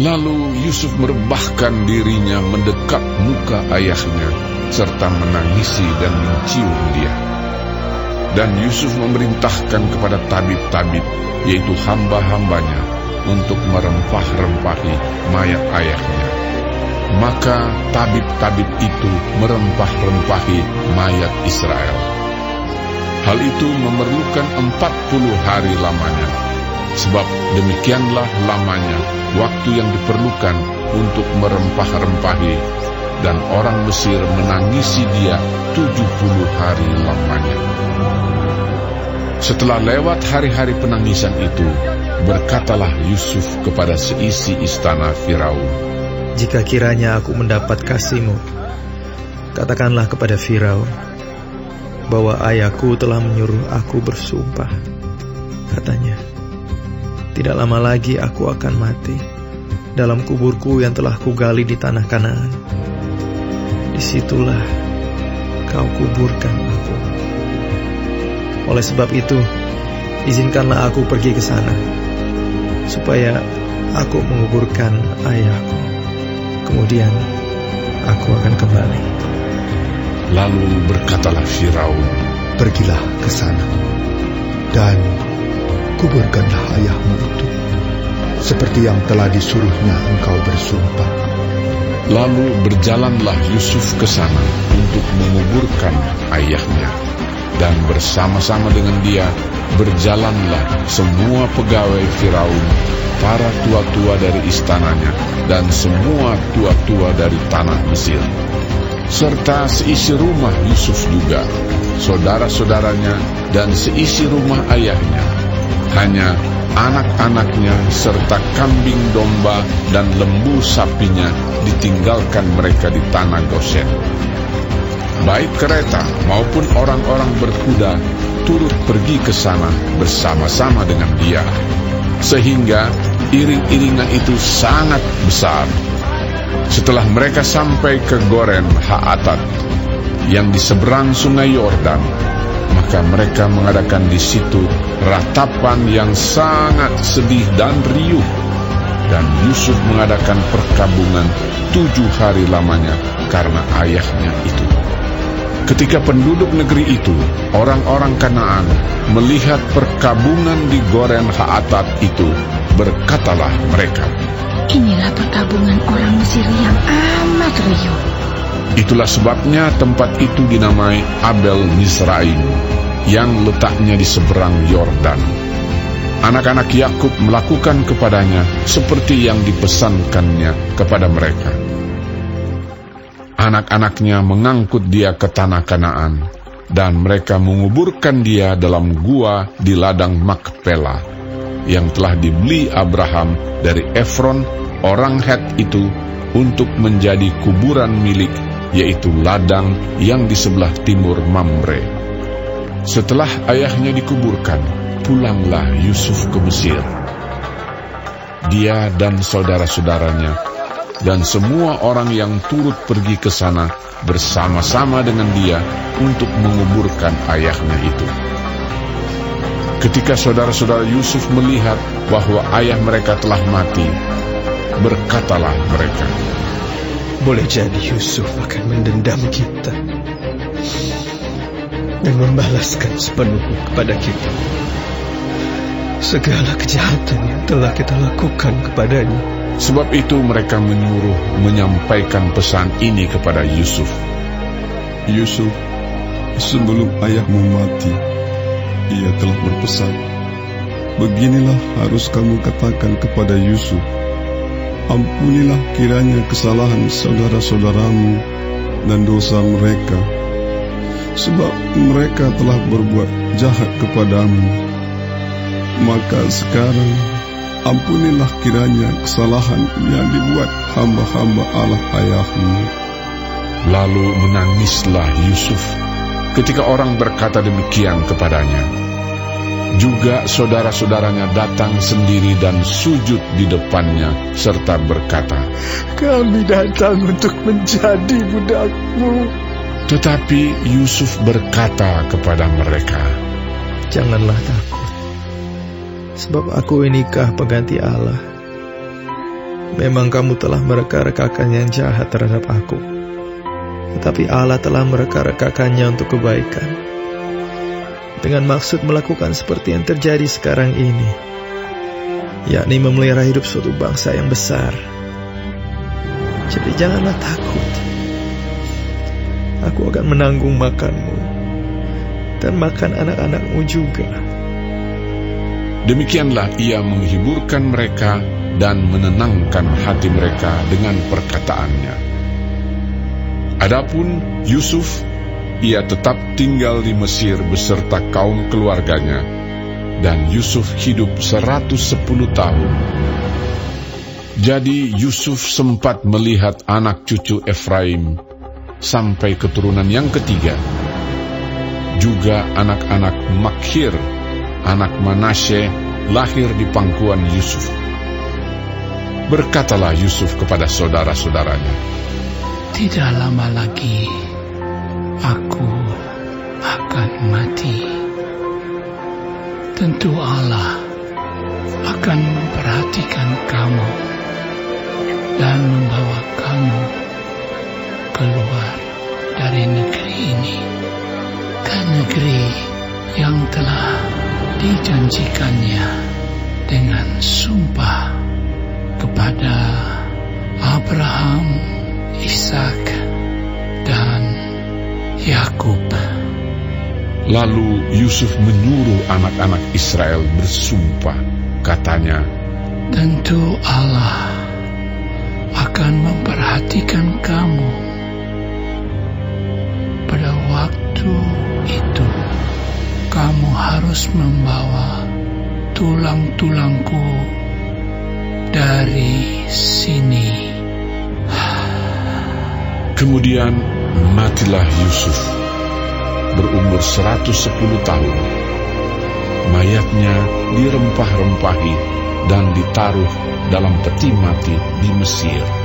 Lalu Yusuf merebahkan dirinya mendekat muka ayahnya, serta menangisi dan mencium dia. Dan Yusuf memerintahkan kepada tabib-tabib, yaitu hamba-hambanya, untuk merempah-rempahi mayat ayahnya. Maka tabib-tabib itu merempah-rempahi mayat Israel. Hal itu memerlukan 40 hari lamanya, sebab demikianlah lamanya waktu yang diperlukan untuk merempah-rempahi, dan orang Mesir menangisi dia 70 hari lamanya. Setelah lewat hari-hari penangisan itu, berkatalah Yusuf kepada seisi istana Firaun, "Jika kiranya aku mendapat kasih-Mu, katakanlah kepada Firaun bahwa ayahku telah menyuruh aku bersumpah. Katanya, tidak lama lagi aku akan mati dalam kuburku yang telah kugali di tanah Kanaan. Disitulah kau kuburkan aku. Oleh sebab itu, izinkanlah aku pergi ke sana, supaya aku menguburkan ayahku. Kemudian aku akan kembali." Lalu berkatalah Firaun, "Pergilah ke sana, dan kuburkanlah ayahmu itu, seperti yang telah disuruhnya engkau bersumpah." Lalu berjalanlah Yusuf ke sana untuk menguburkan ayahnya, dan bersama-sama dengan dia berjalanlah semua pegawai Firaun, para tua-tua dari istananya, dan semua tua-tua dari tanah Mesir, serta seisi rumah Yusuf juga, saudara-saudaranya, dan seisi rumah ayahnya. Hanya anak-anaknya serta kambing domba dan lembu sapinya ditinggalkan mereka di tanah Gosen. Baik kereta maupun orang-orang berkuda turut pergi ke sana bersama-sama dengan dia, sehingga iring-iringan itu sangat besar. Setelah mereka sampai ke Goren Haatat yang di seberang sungai Yordan, maka mereka mengadakan di situ ratapan yang sangat sedih dan riuh, dan Yusuf mengadakan perkabungan 7 hari lamanya karena ayahnya itu. Ketika penduduk negeri itu, orang-orang Kanaan, melihat perkabungan di Goren Haatat itu, berkatalah mereka, "Inilah perkabungan orang Mesir yang amat riuh." Itulah sebabnya tempat itu dinamai Abel Mizraim, yang letaknya di seberang Yordan. Anak-anak Yakub melakukan kepadanya seperti yang dipesankannya kepada mereka. Anak-anaknya mengangkut dia ke tanah Kanaan, dan mereka menguburkan dia dalam gua di ladang Makpela, yang telah dibeli Abraham dari Efron, orang Het itu, untuk menjadi kuburan milik, yaitu ladang yang di sebelah timur Mamre. Setelah ayahnya dikuburkan, pulanglah Yusuf ke Mesir. Dia dan saudara-saudaranya dan semua orang yang turut pergi ke sana bersama-sama dengan dia untuk menguburkan ayahnya itu. Ketika saudara-saudara Yusuf melihat bahwa ayah mereka telah mati, berkatalah mereka, "Boleh jadi Yusuf akan mendendam kita dan membalaskan sepenuhnya kepada kita segala kejahatan yang telah kita lakukan kepadanya." Sebab itu mereka menyuruh menyampaikan pesan ini kepada Yusuf. "Yusuf, sebelum ayahmu mati, ia telah berpesan, beginilah harus kamu katakan kepada Yusuf, ampunilah kiranya kesalahan saudara-saudaramu dan dosa mereka, sebab mereka telah berbuat jahat kepadamu. Maka sekarang ampunilah kiranya kesalahan yang dibuat hamba-hamba Allah ayahmu." Lalu menangislah Yusuf ketika orang berkata demikian kepadanya. Juga saudara-saudaranya datang sendiri dan sujud di depannya serta berkata, "Kami datang untuk menjadi budakmu." Tetapi Yusuf berkata kepada mereka, "Janganlah takut, sebab aku inikah pengganti Allah. Memang kamu telah mereka-rekakan yang jahat terhadap aku, tetapi Allah telah mereka-rekakannya untuk kebaikan, dengan maksud melakukan seperti yang terjadi sekarang ini, yakni memelihara hidup suatu bangsa yang besar. Jadi janganlah takut. Aku akan menanggung makanmu dan makan anak-anakmu juga. Demikianlah ia menghiburkan mereka dan menenangkan hati mereka dengan perkataannya. Adapun Yusuf, ia tetap tinggal di Mesir beserta kaum keluarganya, dan Yusuf hidup 110 tahun. Jadi Yusuf sempat melihat anak cucu Efraim sampai keturunan yang ketiga, juga anak-anak Makhir, anak Manasye, lahir di pangkuan Yusuf. Berkatalah Yusuf kepada saudara-saudaranya, "Tidak lama lagi aku akan mati. Tentu Allah akan memperhatikan kamu dan membawa kamu keluar dari negeri ini ke negeri yang telah dijanjikannya dengan sumpah kepada Abraham, Ishak, dan Yakub." Lalu Yusuf menyuruh anak-anak Israel bersumpah, katanya, "Tentu Allah akan memperhatikan kamu. Pada waktu itu, kamu harus membawa tulang-tulangku dari sini." Kemudian matilah Yusuf, berumur 110 tahun. Mayatnya dirempah-rempahi dan ditaruh dalam peti mati di Mesir.